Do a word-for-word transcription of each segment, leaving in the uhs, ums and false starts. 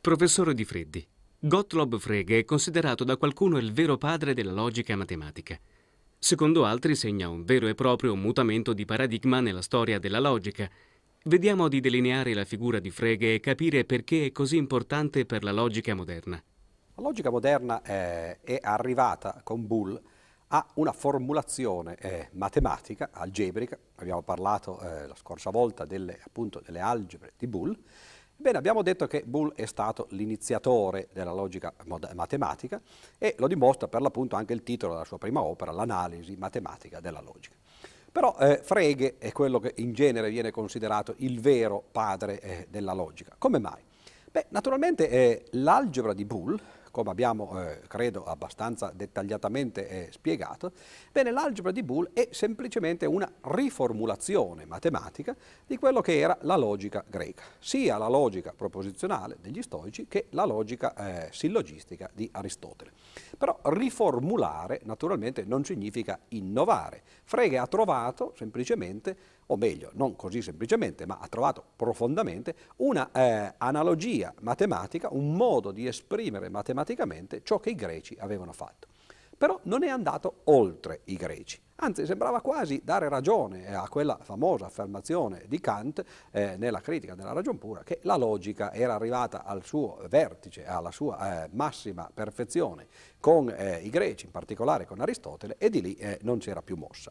Professore Di Freddi, Gottlob Frege è considerato da qualcuno il vero padre della logica matematica. Secondo altri segna un vero e proprio mutamento di paradigma nella storia della logica. Vediamo di delineare la figura di Frege e capire perché è così importante per la logica moderna. La logica moderna eh, è arrivata con Boole a una formulazione eh, matematica, algebrica. Abbiamo parlato eh, la scorsa volta delle, appunto, delle algebre di Boole. Bene, abbiamo detto che Boole è stato l'iniziatore della logica matematica e lo dimostra per l'appunto anche il titolo della sua prima opera, L'analisi matematica della logica. Però eh, Frege è quello che in genere viene considerato il vero padre eh, della logica. Come mai? Beh, naturalmente eh, l'algebra di Boole, come abbiamo, eh, credo, abbastanza dettagliatamente eh, spiegato, bene, l'algebra di Boole è semplicemente una riformulazione matematica di quello che era la logica greca, sia la logica proposizionale degli stoici che la logica eh, sillogistica di Aristotele. Però riformulare naturalmente non significa innovare. Frege ha trovato semplicemente, o meglio, non così semplicemente, ma ha trovato profondamente una eh, analogia matematica, un modo di esprimere matematicamente ciò che i greci avevano fatto. Però non è andato oltre i greci, anzi sembrava quasi dare ragione a quella famosa affermazione di Kant eh, nella critica della ragion pura, che la logica era arrivata al suo vertice, alla sua eh, massima perfezione con eh, i greci, in particolare con Aristotele, e di lì eh, non c'era più mossa.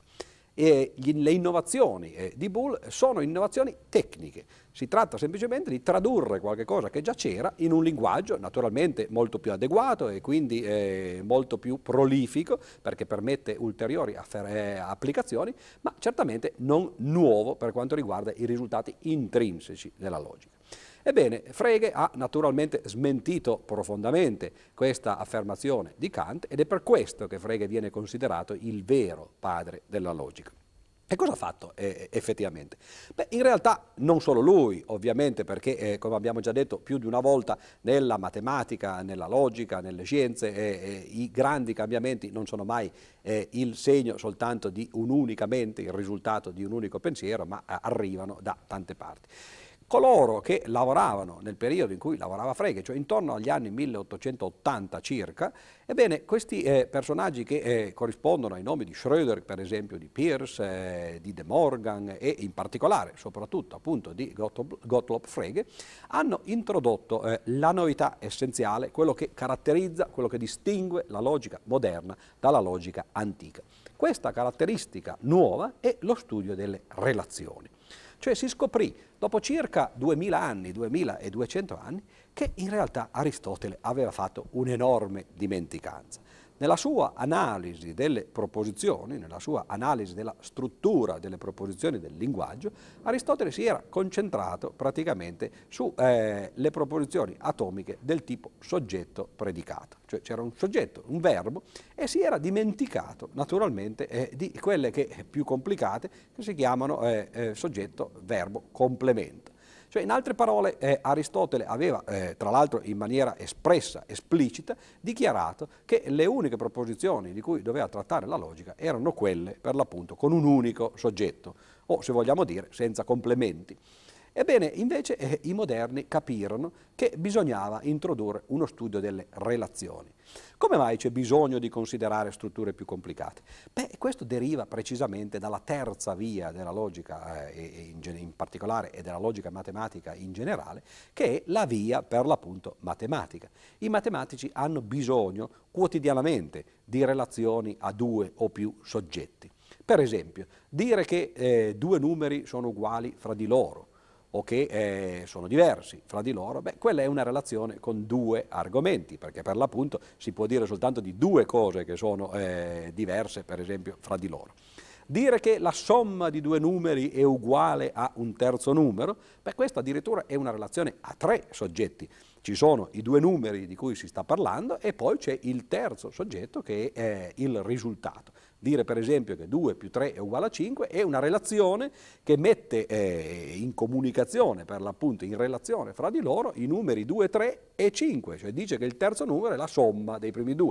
E le innovazioni eh, di Boole sono innovazioni tecniche, si tratta semplicemente di tradurre qualche cosa che già c'era in un linguaggio naturalmente molto più adeguato e quindi eh, molto più prolifico, perché permette ulteriori eh, applicazioni, ma certamente non nuovo per quanto riguarda i risultati intrinseci della logica. Ebbene, Frege ha naturalmente smentito profondamente questa affermazione di Kant ed è per questo che Frege viene considerato il vero padre della logica. E cosa ha fatto eh, effettivamente? Beh, in realtà non solo lui, ovviamente, perché eh, come abbiamo già detto più di una volta, nella matematica, nella logica, nelle scienze, eh, eh, i grandi cambiamenti non sono mai eh, il segno soltanto di un'unica mente, il risultato di un unico pensiero, ma eh, arrivano da tante parti. Coloro che lavoravano nel periodo in cui lavorava Frege, cioè intorno agli anni milleottocentottanta circa, ebbene questi eh, personaggi che eh, corrispondono ai nomi di Schröder, per esempio, di Peirce, eh, di De Morgan e in particolare, soprattutto appunto di Gottlob, Gottlob Frege, hanno introdotto eh, la novità essenziale, quello che caratterizza, quello che distingue la logica moderna dalla logica antica. Questa caratteristica nuova è lo studio delle relazioni. Cioè si scoprì, dopo circa duemila anni, duemiladuecento anni, che in realtà Aristotele aveva fatto un'enorme dimenticanza. Nella sua analisi delle proposizioni, nella sua analisi della struttura delle proposizioni del linguaggio, Aristotele si era concentrato praticamente sulle eh, proposizioni atomiche del tipo soggetto-predicato. Cioè c'era un soggetto, un verbo, e si era dimenticato naturalmente eh, di quelle che più complicate, che si chiamano eh, eh, soggetto-verbo-complemento. Cioè, in altre parole, eh, Aristotele aveva, eh, tra l'altro in maniera espressa, esplicita, dichiarato che le uniche proposizioni di cui doveva trattare la logica erano quelle, per l'appunto, con un unico soggetto, o se vogliamo dire, senza complementi. Ebbene, invece, eh, i moderni capirono che bisognava introdurre uno studio delle relazioni. Come mai c'è bisogno di considerare strutture più complicate? Beh, questo deriva precisamente dalla terza via della logica, eh, in, in particolare, e della logica matematica in generale, che è la via per l'appunto matematica. I matematici hanno bisogno quotidianamente di relazioni a due o più soggetti. Per esempio, dire che eh, due numeri sono uguali fra di loro, o che eh, sono diversi fra di loro, beh, quella è una relazione con due argomenti, perché per l'appunto si può dire soltanto di due cose che sono eh, diverse, per esempio, fra di loro. Dire che la somma di due numeri è uguale a un terzo numero, beh, questa addirittura è una relazione a tre soggetti. Ci sono i due numeri di cui si sta parlando e poi c'è il terzo soggetto che è eh, il risultato. Dire per esempio che due più tre è uguale a cinque è una relazione che mette eh, in comunicazione, per l'appunto in relazione fra di loro, i numeri due, tre e cinque, cioè dice che il terzo numero è la somma dei primi due.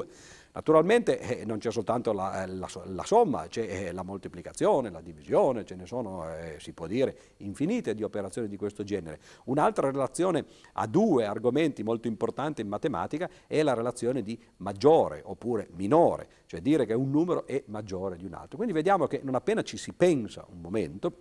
Naturalmente eh, non c'è soltanto la, la, la somma, c'è eh, la moltiplicazione, la divisione, ce ne sono, eh, si può dire, infinite di operazioni di questo genere. Un'altra relazione a due argomenti molto importanti in matematica è la relazione di maggiore oppure minore, cioè dire che un numero è maggiore di un altro. Quindi vediamo che non appena ci si pensa un momento,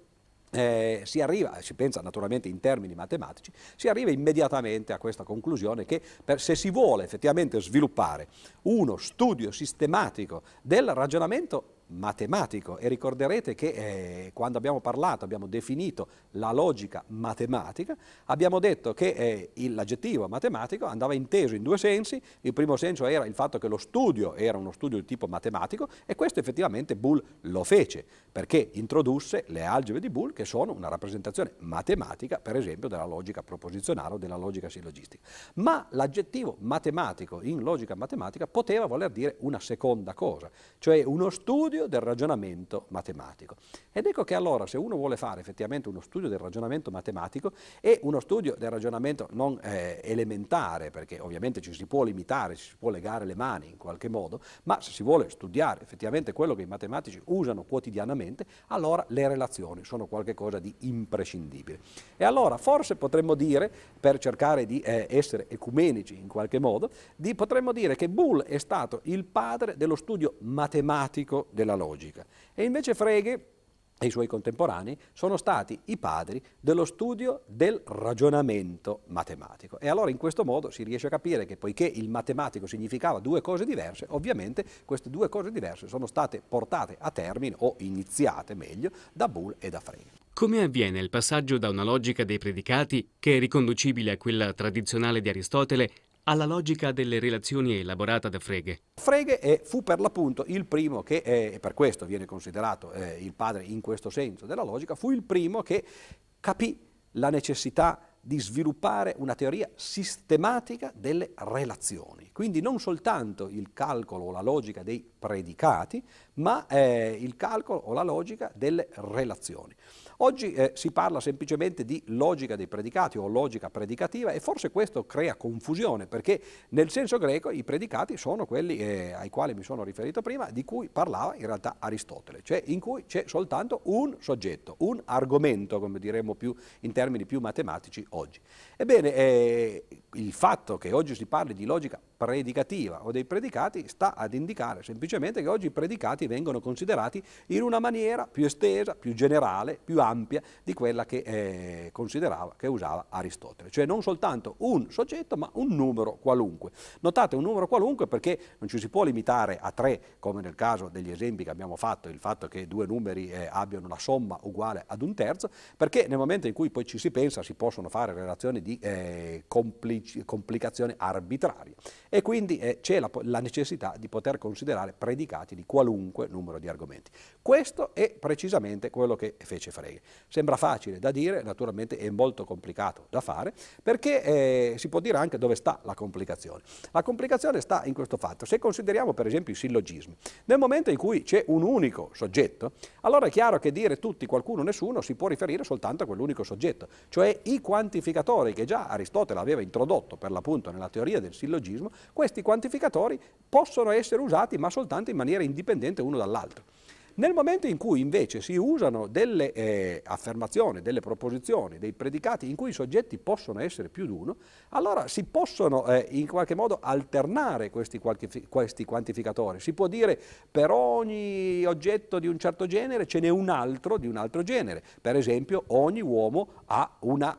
Eh, si arriva, si pensa naturalmente in termini matematici, si arriva immediatamente a questa conclusione che per, se si vuole effettivamente sviluppare uno studio sistematico del ragionamento matematico, e ricorderete che eh, quando abbiamo parlato, abbiamo definito la logica matematica, abbiamo detto che eh, l'aggettivo matematico andava inteso in due sensi. Il primo senso era il fatto che lo studio era uno studio di tipo matematico, e questo effettivamente Boole lo fece, perché introdusse le algebre di Boole, che sono una rappresentazione matematica, per esempio, della logica proposizionale o della logica sillogistica. Ma l'aggettivo matematico in logica matematica poteva voler dire una seconda cosa, cioè uno studio del ragionamento matematico. Ed ecco che allora, se uno vuole fare effettivamente uno studio del ragionamento matematico, e uno studio del ragionamento non eh, elementare, perché ovviamente ci si può limitare, ci si può legare le mani in qualche modo, ma se si vuole studiare effettivamente quello che i matematici usano quotidianamente, allora le relazioni sono qualcosa di imprescindibile. E allora forse potremmo dire, per cercare di eh, essere ecumenici in qualche modo, di, potremmo dire che Boole è stato il padre dello studio matematico della logica, e invece Frege e i suoi contemporanei sono stati i padri dello studio del ragionamento matematico. E allora in questo modo si riesce a capire che, poiché il matematico significava due cose diverse, ovviamente queste due cose diverse sono state portate a termine, o iniziate meglio, da Boole e da Frege. Come avviene il passaggio da una logica dei predicati, che è riconducibile a quella tradizionale di Aristotele, alla logica delle relazioni elaborata da Frege? Frege eh, fu per l'appunto il primo che, eh, e per questo viene considerato eh, il padre in questo senso della logica, fu il primo che capì la necessità di sviluppare una teoria sistematica delle relazioni. Quindi non soltanto il calcolo o la logica dei predicati, ma eh, il calcolo o la logica delle relazioni. Oggi eh, si parla semplicemente di logica dei predicati o logica predicativa, e forse questo crea confusione, perché nel senso greco i predicati sono quelli eh, ai quali mi sono riferito prima, di cui parlava in realtà Aristotele, cioè in cui c'è soltanto un soggetto, un argomento, come diremmo più in termini più matematici oggi. Ebbene, eh, il fatto che oggi si parli di logica predicativa o dei predicati sta ad indicare semplicemente che oggi i predicati vengono considerati in una maniera più estesa, più generale, più ampia di quella che eh, considerava, che usava Aristotele, cioè non soltanto un soggetto ma un numero qualunque. Notate, un numero qualunque, perché non ci si può limitare a tre, come nel caso degli esempi che abbiamo fatto, il fatto che due numeri eh, abbiano una somma uguale ad un terzo, perché nel momento in cui poi ci si pensa si possono fare relazioni di eh, complici, complicazione arbitraria, e quindi eh, c'è la, la necessità di poter considerare predicati di qualunque numero di argomenti. Questo è precisamente quello che fece Frege. Sembra facile da dire, naturalmente è molto complicato da fare, perché eh, si può dire anche dove sta la complicazione. La complicazione sta in questo fatto: se consideriamo per esempio i sillogismi, nel momento in cui c'è un unico soggetto, allora è chiaro che dire tutti, qualcuno, nessuno si può riferire soltanto a quell'unico soggetto, cioè i quantificatori che già Aristotele aveva introdotto per l'appunto nella teoria del sillogismo. Questi quantificatori possono essere usati ma soltanto in maniera indipendente uno dall'altro. Nel momento in cui invece si usano delle eh, affermazioni, delle proposizioni, dei predicati in cui i soggetti possono essere più di uno, allora si possono eh, in qualche modo alternare questi, questi quantificatori. Si può dire per ogni oggetto di un certo genere ce n'è un altro di un altro genere. Per esempio ogni uomo ha una,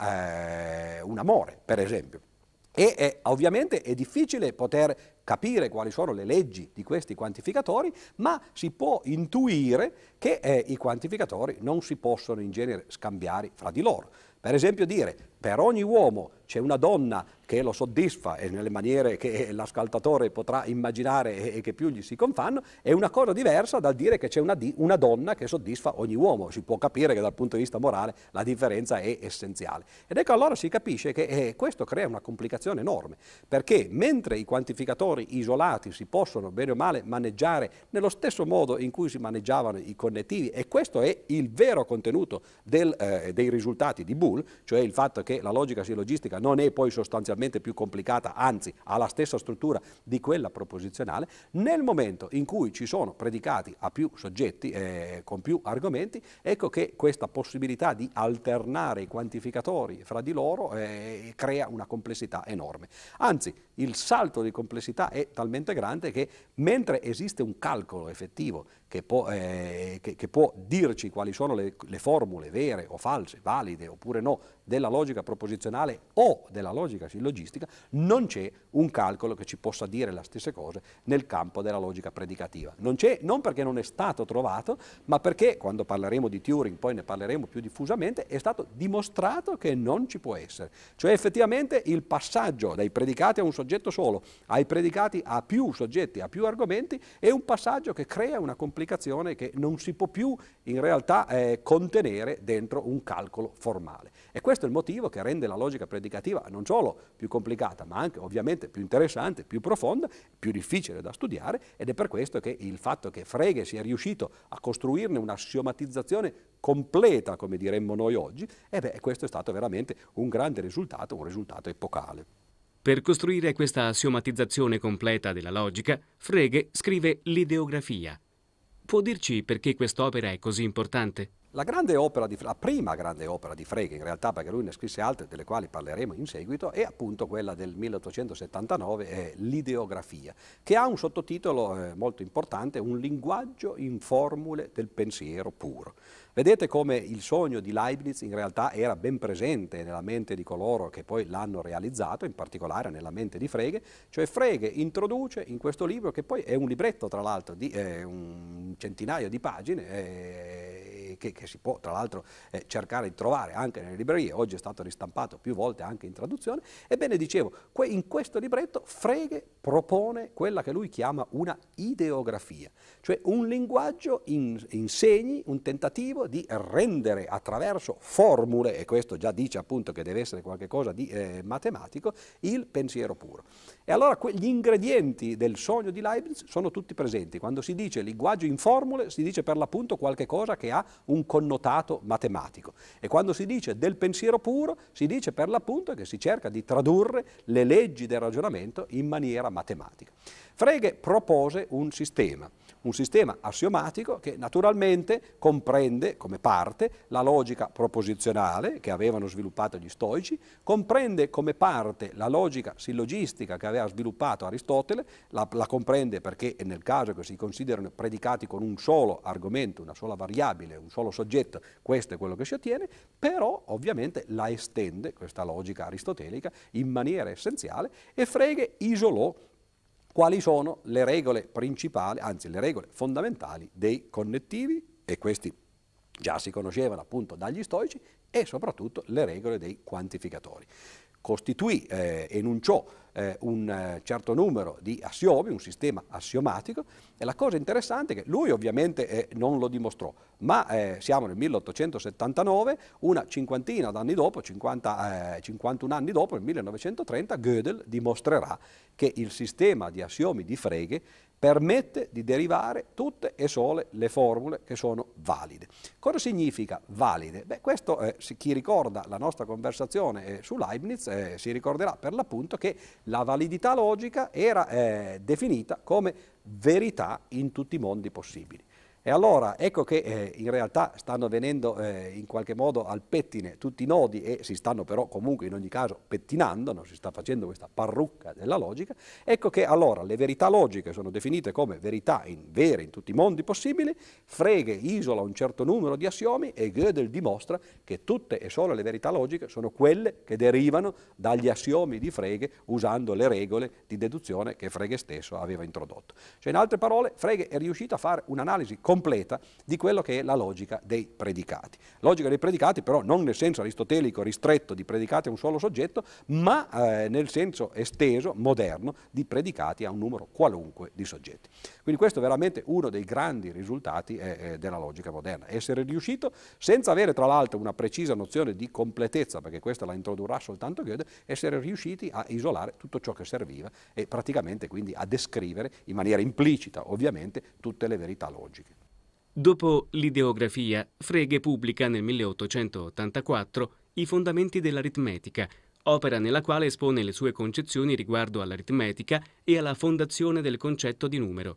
eh, un amore, per esempio. E eh, ovviamente è difficile poter capire quali sono le leggi di questi quantificatori, ma si può intuire che eh, i quantificatori non si possono in genere scambiare fra di loro. Per esempio dire per ogni uomo c'è una donna che lo soddisfa e nelle maniere che l'ascoltatore potrà immaginare e che più gli si confanno, è una cosa diversa dal dire che c'è una, una donna che soddisfa ogni uomo. Si può capire che dal punto di vista morale la differenza è essenziale. Ed ecco allora si capisce che eh, questo crea una complicazione enorme, perché mentre i quantificatori isolati si possono bene o male maneggiare nello stesso modo in cui si maneggiavano i connettivi, e questo è il vero contenuto del, eh, dei risultati di Boole, Boole, cioè il fatto che la logica sillogistica non è poi sostanzialmente più complicata, anzi ha la stessa struttura di quella proposizionale, nel momento in cui ci sono predicati a più soggetti, eh, con più argomenti, ecco che questa possibilità di alternare i quantificatori fra di loro eh, crea una complessità enorme. Anzi, il salto di complessità è talmente grande che mentre esiste un calcolo effettivo che può, eh, che, che può dirci quali sono le, le formule vere o false, valide oppure no, della logica proposizionale o della logica sillogistica, non c'è un calcolo che ci possa dire le stesse cose nel campo della logica predicativa. Non c'è, non perché non è stato trovato, ma perché, quando parleremo di Turing, poi ne parleremo più diffusamente, è stato dimostrato che non ci può essere. Cioè effettivamente il passaggio dai predicati a un soggetto solo, ai predicati a più soggetti, a più argomenti, è un passaggio che crea una complicazione che non si può più in realtà eh, contenere dentro un calcolo formale. E questo è il motivo che rende la logica predicativa non solo più complicata, ma anche ovviamente più interessante, più profonda, più difficile da studiare, ed è per questo che il fatto che Frege sia riuscito a costruirne un'assiomatizzazione completa, come diremmo noi oggi, e beh, questo è stato veramente un grande risultato, un risultato epocale. Per costruire questa assiomatizzazione completa della logica, Frege scrive l'ideografia. Può dirci perché quest'opera è così importante? La grande opera di, la prima grande opera di Frege, in realtà, perché lui ne scrisse altre delle quali parleremo in seguito, è appunto quella del milleottocentosettantanove, è l'ideografia, che ha un sottotitolo eh, molto importante, un linguaggio in formule del pensiero puro. Vedete come il sogno di Leibniz in realtà era ben presente nella mente di coloro che poi l'hanno realizzato, in particolare nella mente di Frege, cioè Frege introduce in questo libro, che poi è un libretto tra l'altro di eh, un centinaio di pagine, eh, che, che si può tra l'altro eh, cercare di trovare anche nelle librerie, oggi è stato ristampato più volte anche in traduzione. Ebbene, dicevo, in questo libretto Frege propone quella che lui chiama una ideografia, cioè un linguaggio in, in segni, un tentativo di rendere attraverso formule, e questo già dice appunto che deve essere qualcosa di eh, matematico, il pensiero puro. E allora gli ingredienti del sogno di Leibniz sono tutti presenti. Quando si dice linguaggio in formule, si dice per l'appunto qualche cosa che ha un connotato matematico, e quando si dice del pensiero puro, si dice per l'appunto che si cerca di tradurre le leggi del ragionamento in maniera matematica. Frege propose un sistema, un sistema assiomatico che naturalmente comprende come parte la logica proposizionale che avevano sviluppato gli stoici, comprende come parte la logica sillogistica che aveva sviluppato Aristotele, la, la comprende perché nel caso che si considerano predicati con un solo argomento, una sola variabile, un solo soggetto, questo è quello che si ottiene, però ovviamente la estende, questa logica aristotelica, in maniera essenziale, e Frege isolò quali sono le regole principali, anzi le regole fondamentali dei connettivi, e questi già si conoscevano appunto dagli stoici, e soprattutto le regole dei quantificatori. Costituì, eh, enunciò eh, un eh, certo numero di assiomi, un sistema assiomatico, e la cosa interessante è che lui ovviamente eh, non lo dimostrò, ma eh, siamo nel milleottocentosettantanove, una cinquantina d'anni dopo, cinquanta, eh, cinquantuno anni dopo, nel millenovecentotrenta, Gödel dimostrerà che il sistema di assiomi di Frege permette di derivare tutte e sole le formule che sono valide. Cosa significa valide? Beh, questo eh, chi ricorda la nostra conversazione eh, su Leibniz eh, si ricorderà per l'appunto che la validità logica era eh, definita come verità in tutti i mondi possibili. E allora ecco che eh, in realtà stanno venendo eh, in qualche modo al pettine tutti i nodi, e si stanno però comunque in ogni caso pettinando, non si sta facendo questa parrucca della logica. Ecco che allora le verità logiche sono definite come verità in, vere in tutti i mondi possibili, Frege isola un certo numero di assiomi e Gödel dimostra che tutte e solo le verità logiche sono quelle che derivano dagli assiomi di Frege usando le regole di deduzione che Frege stesso aveva introdotto. Cioè, in altre parole, Frege è riuscito a fare un'analisi completa di quello che è la logica dei predicati. Logica dei predicati però non nel senso aristotelico ristretto di predicati a un solo soggetto, ma eh, nel senso esteso, moderno, di predicati a un numero qualunque di soggetti. Quindi questo è veramente uno dei grandi risultati eh, della logica moderna, essere riuscito, senza avere tra l'altro una precisa nozione di completezza, perché questa la introdurrà soltanto Gödel, essere riusciti a isolare tutto ciò che serviva e praticamente quindi a descrivere in maniera implicita ovviamente tutte le verità logiche. Dopo l'ideografia, Frege pubblica nel milleottocentottantaquattro I fondamenti dell'aritmetica, opera nella quale espone le sue concezioni riguardo all'aritmetica e alla fondazione del concetto di numero.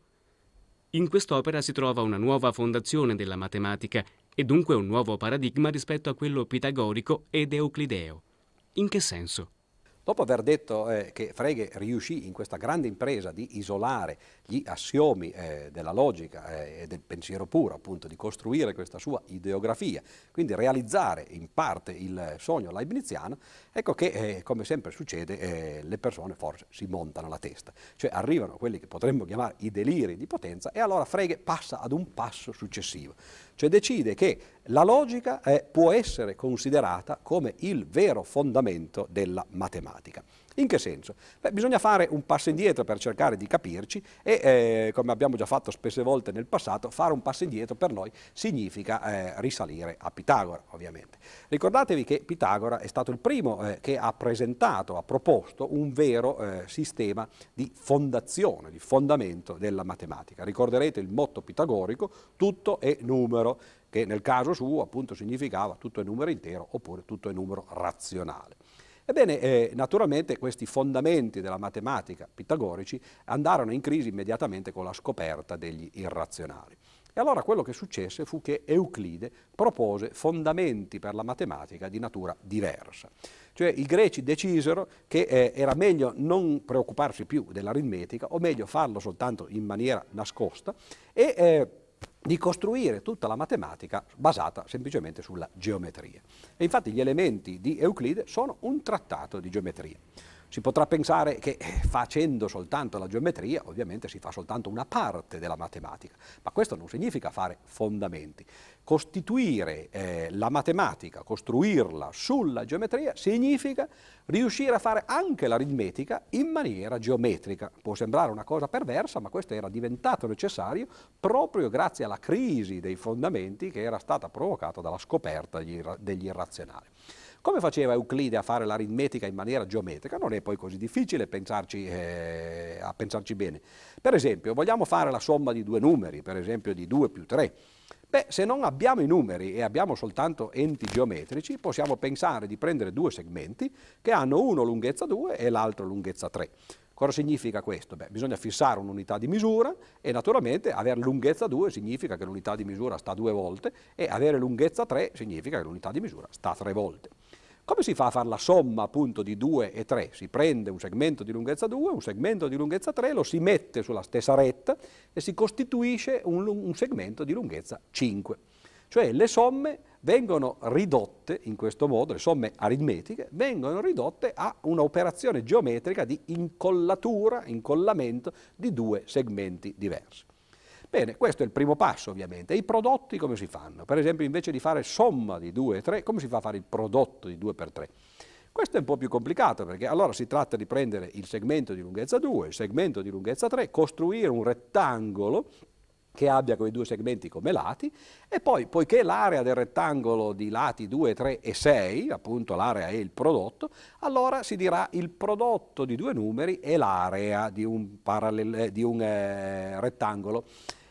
In quest'opera si trova una nuova fondazione della matematica e dunque un nuovo paradigma rispetto a quello pitagorico ed euclideo. In che senso? Dopo aver detto eh, che Frege riuscì in questa grande impresa di isolare gli assiomi eh, della logica eh, e del pensiero puro, appunto, di costruire questa sua ideografia, quindi realizzare in parte il sogno leibniziano, ecco che, eh, come sempre succede, eh, le persone forse si montano la testa, cioè arrivano quelli che potremmo chiamare i deliri di potenza e allora Frege passa ad un passo successivo, cioè decide che la logica eh, può essere considerata come il vero fondamento della matematica. In che senso? Beh, bisogna fare un passo indietro per cercare di capirci e, eh, come abbiamo già fatto spesse volte nel passato, fare un passo indietro per noi significa eh, risalire a Pitagora, ovviamente. Ricordatevi che Pitagora è stato il primo eh, che ha presentato, ha proposto un vero eh, sistema di fondazione, di fondamento della matematica. Ricorderete il motto pitagorico, tutto è numero, che nel caso suo appunto significava tutto è numero intero oppure tutto è numero razionale. Ebbene, eh, naturalmente questi fondamenti della matematica pitagorici andarono in crisi immediatamente con la scoperta degli irrazionali. E allora quello che successe fu che Euclide propose fondamenti per la matematica di natura diversa. Cioè i greci decisero che eh, era meglio non preoccuparsi più dell'aritmetica, o meglio farlo soltanto in maniera nascosta, e eh, di costruire tutta la matematica basata semplicemente sulla geometria. E infatti gli elementi di Euclide sono un trattato di geometria. Si potrà pensare che facendo soltanto la geometria, ovviamente si fa soltanto una parte della matematica, ma questo non significa fare fondamenti. Costituire eh, la matematica, costruirla sulla geometria, significa riuscire a fare anche l'aritmetica in maniera geometrica. Può sembrare una cosa perversa, ma questo era diventato necessario proprio grazie alla crisi dei fondamenti che era stata provocata dalla scoperta degli, degli irrazionali. Come faceva Euclide a fare l'aritmetica in maniera geometrica? Non è poi così difficile pensarci, eh, a pensarci bene. Per esempio, vogliamo fare la somma di due numeri, per esempio di due più tre. Beh, se non abbiamo i numeri e abbiamo soltanto enti geometrici, possiamo pensare di prendere due segmenti che hanno uno lunghezza due e l'altro lunghezza tre. Cosa significa questo? Beh, bisogna fissare un'unità di misura e naturalmente avere lunghezza due significa che l'unità di misura sta due volte e avere lunghezza tre significa che l'unità di misura sta tre volte. Come si fa a fare la somma appunto di due e tre? Si prende un segmento di lunghezza due, un segmento di lunghezza tre, lo si mette sulla stessa retta e si costituisce un, un segmento di lunghezza cinque. Cioè le somme vengono ridotte in questo modo, le somme aritmetiche vengono ridotte a un'operazione geometrica di incollatura, incollamento di due segmenti diversi. Bene, questo è il primo passo ovviamente. E i prodotti come si fanno? Per esempio invece di fare somma di due e tre, come si fa a fare il prodotto di due per tre? Questo è un po' più complicato perché allora si tratta di prendere il segmento di lunghezza due, il segmento di lunghezza tre, costruire un rettangolo che abbia quei due segmenti come lati e poi, poiché l'area del rettangolo di lati due, tre e sei, appunto l'area è il prodotto, allora si dirà il prodotto di due numeri è l'area di un, parallel- di un eh, rettangolo.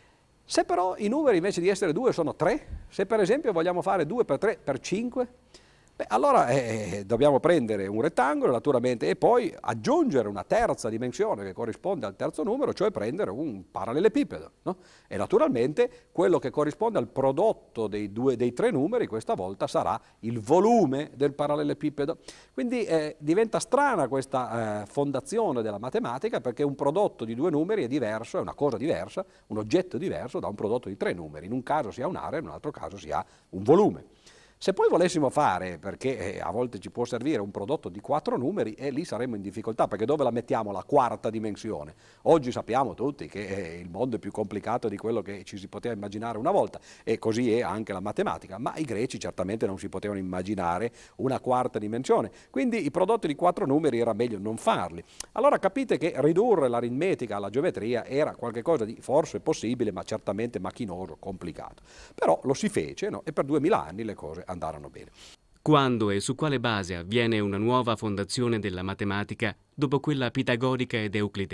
Se però i numeri invece di essere due sono tre, se per esempio vogliamo fare due per tre per cinque, beh, allora eh, dobbiamo prendere un rettangolo naturalmente e poi aggiungere una terza dimensione che corrisponde al terzo numero, cioè prendere un parallelepipedo, no? E naturalmente quello che corrisponde al prodotto dei, due, dei tre numeri questa volta sarà il volume del parallelepipedo. Quindi eh, diventa strana questa eh, fondazione della matematica perché un prodotto di due numeri è diverso, è una cosa diversa, un oggetto diverso da un prodotto di tre numeri. In un caso si ha un'area, in un altro caso si ha un volume. Se poi volessimo fare, perché eh, a volte ci può servire un prodotto di quattro numeri, e lì saremmo in difficoltà, perché dove la mettiamo la quarta dimensione? Oggi sappiamo tutti che eh, il mondo è più complicato di quello che ci si poteva immaginare una volta, e così è anche la matematica, ma i greci certamente non si potevano immaginare una quarta dimensione, quindi i prodotti di quattro numeri era meglio non farli. Allora capite che ridurre l'aritmetica alla geometria era qualcosa di forse possibile, ma certamente macchinoso, complicato. Però lo si fece, no? E per duemila anni le cose andarono bene. Quando e su quale base avviene una nuova fondazione della matematica dopo quella pitagorica ed euclidea?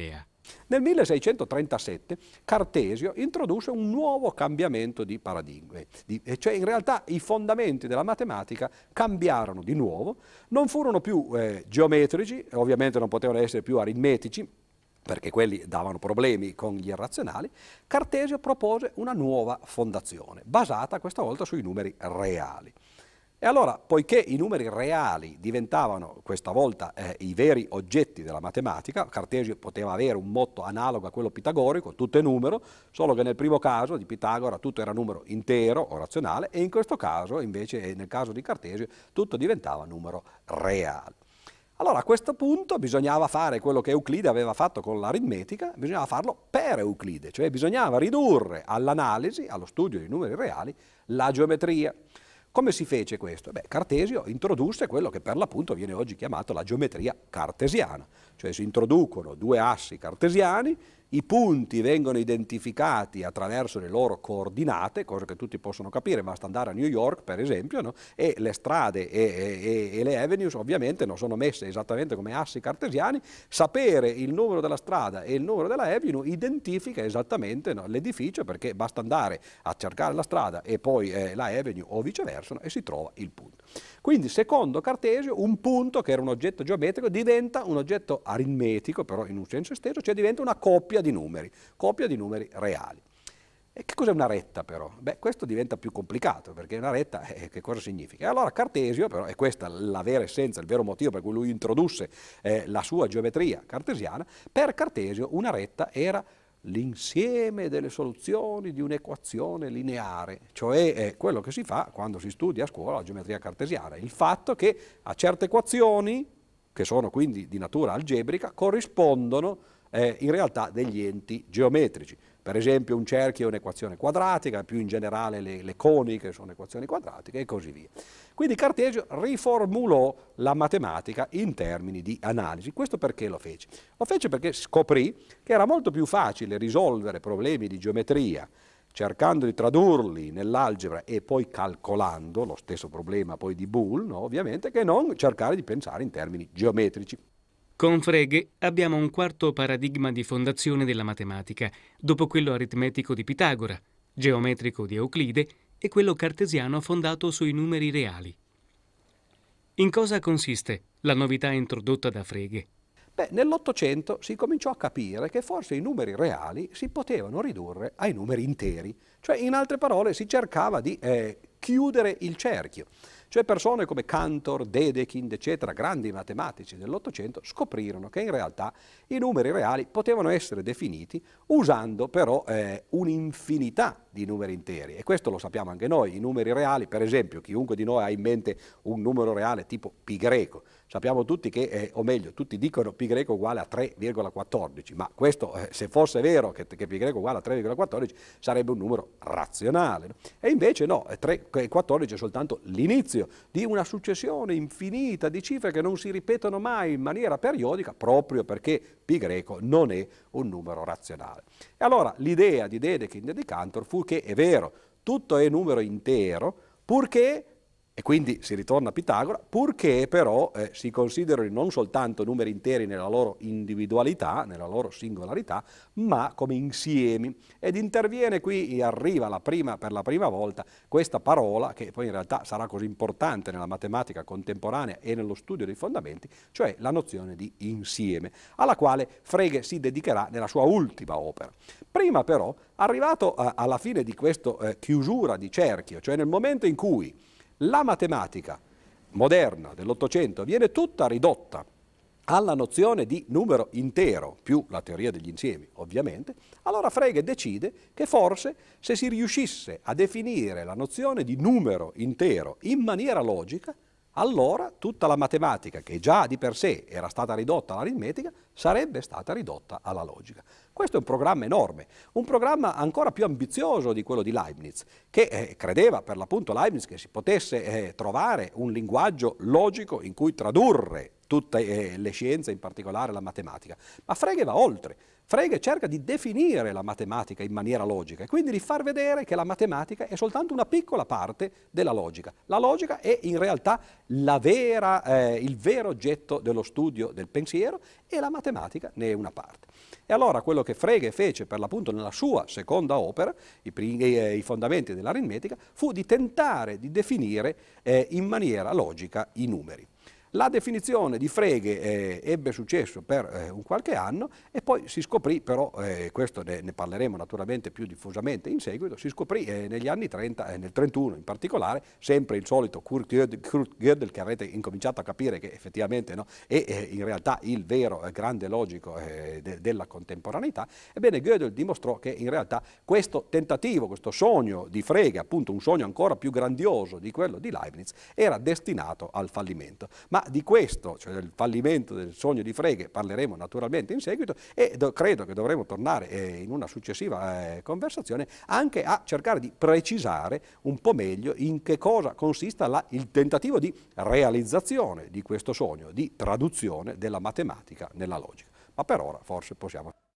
Nel milleseicentotrentasette Cartesio introdusse un nuovo cambiamento di paradigma, cioè in realtà i fondamenti della matematica cambiarono di nuovo, non furono più eh, geometrici, ovviamente non potevano essere più aritmetici, perché quelli davano problemi con gli irrazionali. Cartesio propose una nuova fondazione, basata questa volta sui numeri reali. E allora, poiché i numeri reali diventavano questa volta eh, i veri oggetti della matematica, Cartesio poteva avere un motto analogo a quello pitagorico, tutto è numero, solo che nel primo caso di Pitagora tutto era numero intero o razionale, e in questo caso, invece, nel caso di Cartesio, tutto diventava numero reale. Allora a questo punto bisognava fare quello che Euclide aveva fatto con l'aritmetica, bisognava farlo per Euclide, cioè bisognava ridurre all'analisi, allo studio dei numeri reali, la geometria. Come si fece questo? Beh, Cartesio introdusse quello che per l'appunto viene oggi chiamato la geometria cartesiana, cioè si introducono due assi cartesiani, i punti vengono identificati attraverso le loro coordinate, cosa che tutti possono capire, basta andare a New York per esempio, no? E le strade e, e, e le avenues ovviamente non sono messe esattamente come assi cartesiani, sapere il numero della strada e il numero della avenue identifica esattamente, no, l'edificio, perché basta andare a cercare la strada e poi eh, la avenue o viceversa, no? E si trova il punto. Quindi secondo Cartesio un punto che era un oggetto geometrico diventa un oggetto aritmetico, però in un senso esteso, cioè diventa una coppia di numeri, coppia di numeri reali. E che cos'è una retta però? Beh, questo diventa più complicato, perché una retta eh, che cosa significa? E allora Cartesio, però, e questa è la vera essenza, il vero motivo per cui lui introdusse eh, la sua geometria cartesiana, per Cartesio una retta era l'insieme delle soluzioni di un'equazione lineare, cioè è quello che si fa quando si studia a scuola la geometria cartesiana, il fatto che a certe equazioni, che sono quindi di natura algebrica, corrispondono eh, in realtà degli enti geometrici. Per esempio un cerchio è un'equazione quadratica, più in generale le, le coniche sono equazioni quadratiche e così via. Quindi Cartesio riformulò la matematica in termini di analisi. Questo perché lo fece? Lo fece perché scoprì che era molto più facile risolvere problemi di geometria cercando di tradurli nell'algebra e poi calcolando lo stesso problema poi di Boole, no, ovviamente, che non cercare di pensare in termini geometrici. Con Frege abbiamo un quarto paradigma di fondazione della matematica, dopo quello aritmetico di Pitagora, geometrico di Euclide e quello cartesiano fondato sui numeri reali. In cosa consiste la novità introdotta da Frege? Beh, nell'Ottocento si cominciò a capire che forse i numeri reali si potevano ridurre ai numeri interi, cioè in altre parole si cercava di eh, chiudere il cerchio. Cioè persone come Cantor, Dedekind, eccetera, grandi matematici dell'Ottocento, scoprirono che in realtà i numeri reali potevano essere definiti usando però eh, un'infinità di numeri interi. E questo lo sappiamo anche noi, i numeri reali, per esempio, chiunque di noi ha in mente un numero reale tipo pi greco. Sappiamo tutti che, eh, o meglio, tutti dicono pi greco uguale a tre virgola quattordici, ma questo, eh, se fosse vero che, che pi greco uguale a tre virgola quattordici, sarebbe un numero razionale. No? E invece no, tre virgola quattordici è soltanto l'inizio di una successione infinita di cifre che non si ripetono mai in maniera periodica, proprio perché pi greco non è un numero razionale. E allora l'idea di Dedekind e di Cantor fu che è vero, tutto è numero intero, purché, e quindi si ritorna a Pitagora, purché però eh, si considerino non soltanto numeri interi nella loro individualità, nella loro singolarità, ma come insiemi. Ed interviene qui e arriva la prima, per la prima volta questa parola, che poi in realtà sarà così importante nella matematica contemporanea e nello studio dei fondamenti, cioè la nozione di insieme, alla quale Frege si dedicherà nella sua ultima opera. Prima però, arrivato a, alla fine di questa eh, chiusura di cerchio, cioè nel momento in cui la matematica moderna dell'Ottocento viene tutta ridotta alla nozione di numero intero, più la teoria degli insiemi, ovviamente, allora Frege decide che forse se si riuscisse a definire la nozione di numero intero in maniera logica, allora tutta la matematica, che già di per sé era stata ridotta all'aritmetica, sarebbe stata ridotta alla logica. Questo è un programma enorme, un programma ancora più ambizioso di quello di Leibniz, che eh, credeva per l'appunto Leibniz che si potesse eh, trovare un linguaggio logico in cui tradurre tutte eh, le scienze, in particolare la matematica. Ma Frege va oltre. Frege cerca di definire la matematica in maniera logica e quindi di far vedere che la matematica è soltanto una piccola parte della logica. La logica è in realtà la vera, eh, il vero oggetto dello studio del pensiero e la matematica ne è una parte. E allora quello che Frege fece per l'appunto nella sua seconda opera, i, eh, i fondamenti dell'aritmetica, fu di tentare di definire eh, in maniera logica i numeri. La definizione di Frege eh, ebbe successo per eh, un qualche anno e poi si scoprì, però, eh, questo ne, ne parleremo naturalmente più diffusamente in seguito, si scoprì eh, negli anni trenta, eh, nel trentuno in particolare, sempre il solito Kurt Gödel, che avete incominciato a capire che effettivamente no, è eh, in realtà il vero eh, grande logico eh, de, della contemporaneità. Ebbene, Gödel dimostrò che in realtà questo tentativo, questo sogno di Frege, appunto un sogno ancora più grandioso di quello di Leibniz, era destinato al fallimento. Ma Ma di questo, cioè del fallimento del sogno di Frege, parleremo naturalmente in seguito e do, credo che dovremo tornare eh, in una successiva eh, conversazione anche a cercare di precisare un po' meglio in che cosa consista la, il tentativo di realizzazione di questo sogno, di traduzione della matematica nella logica. Ma per ora forse possiamo...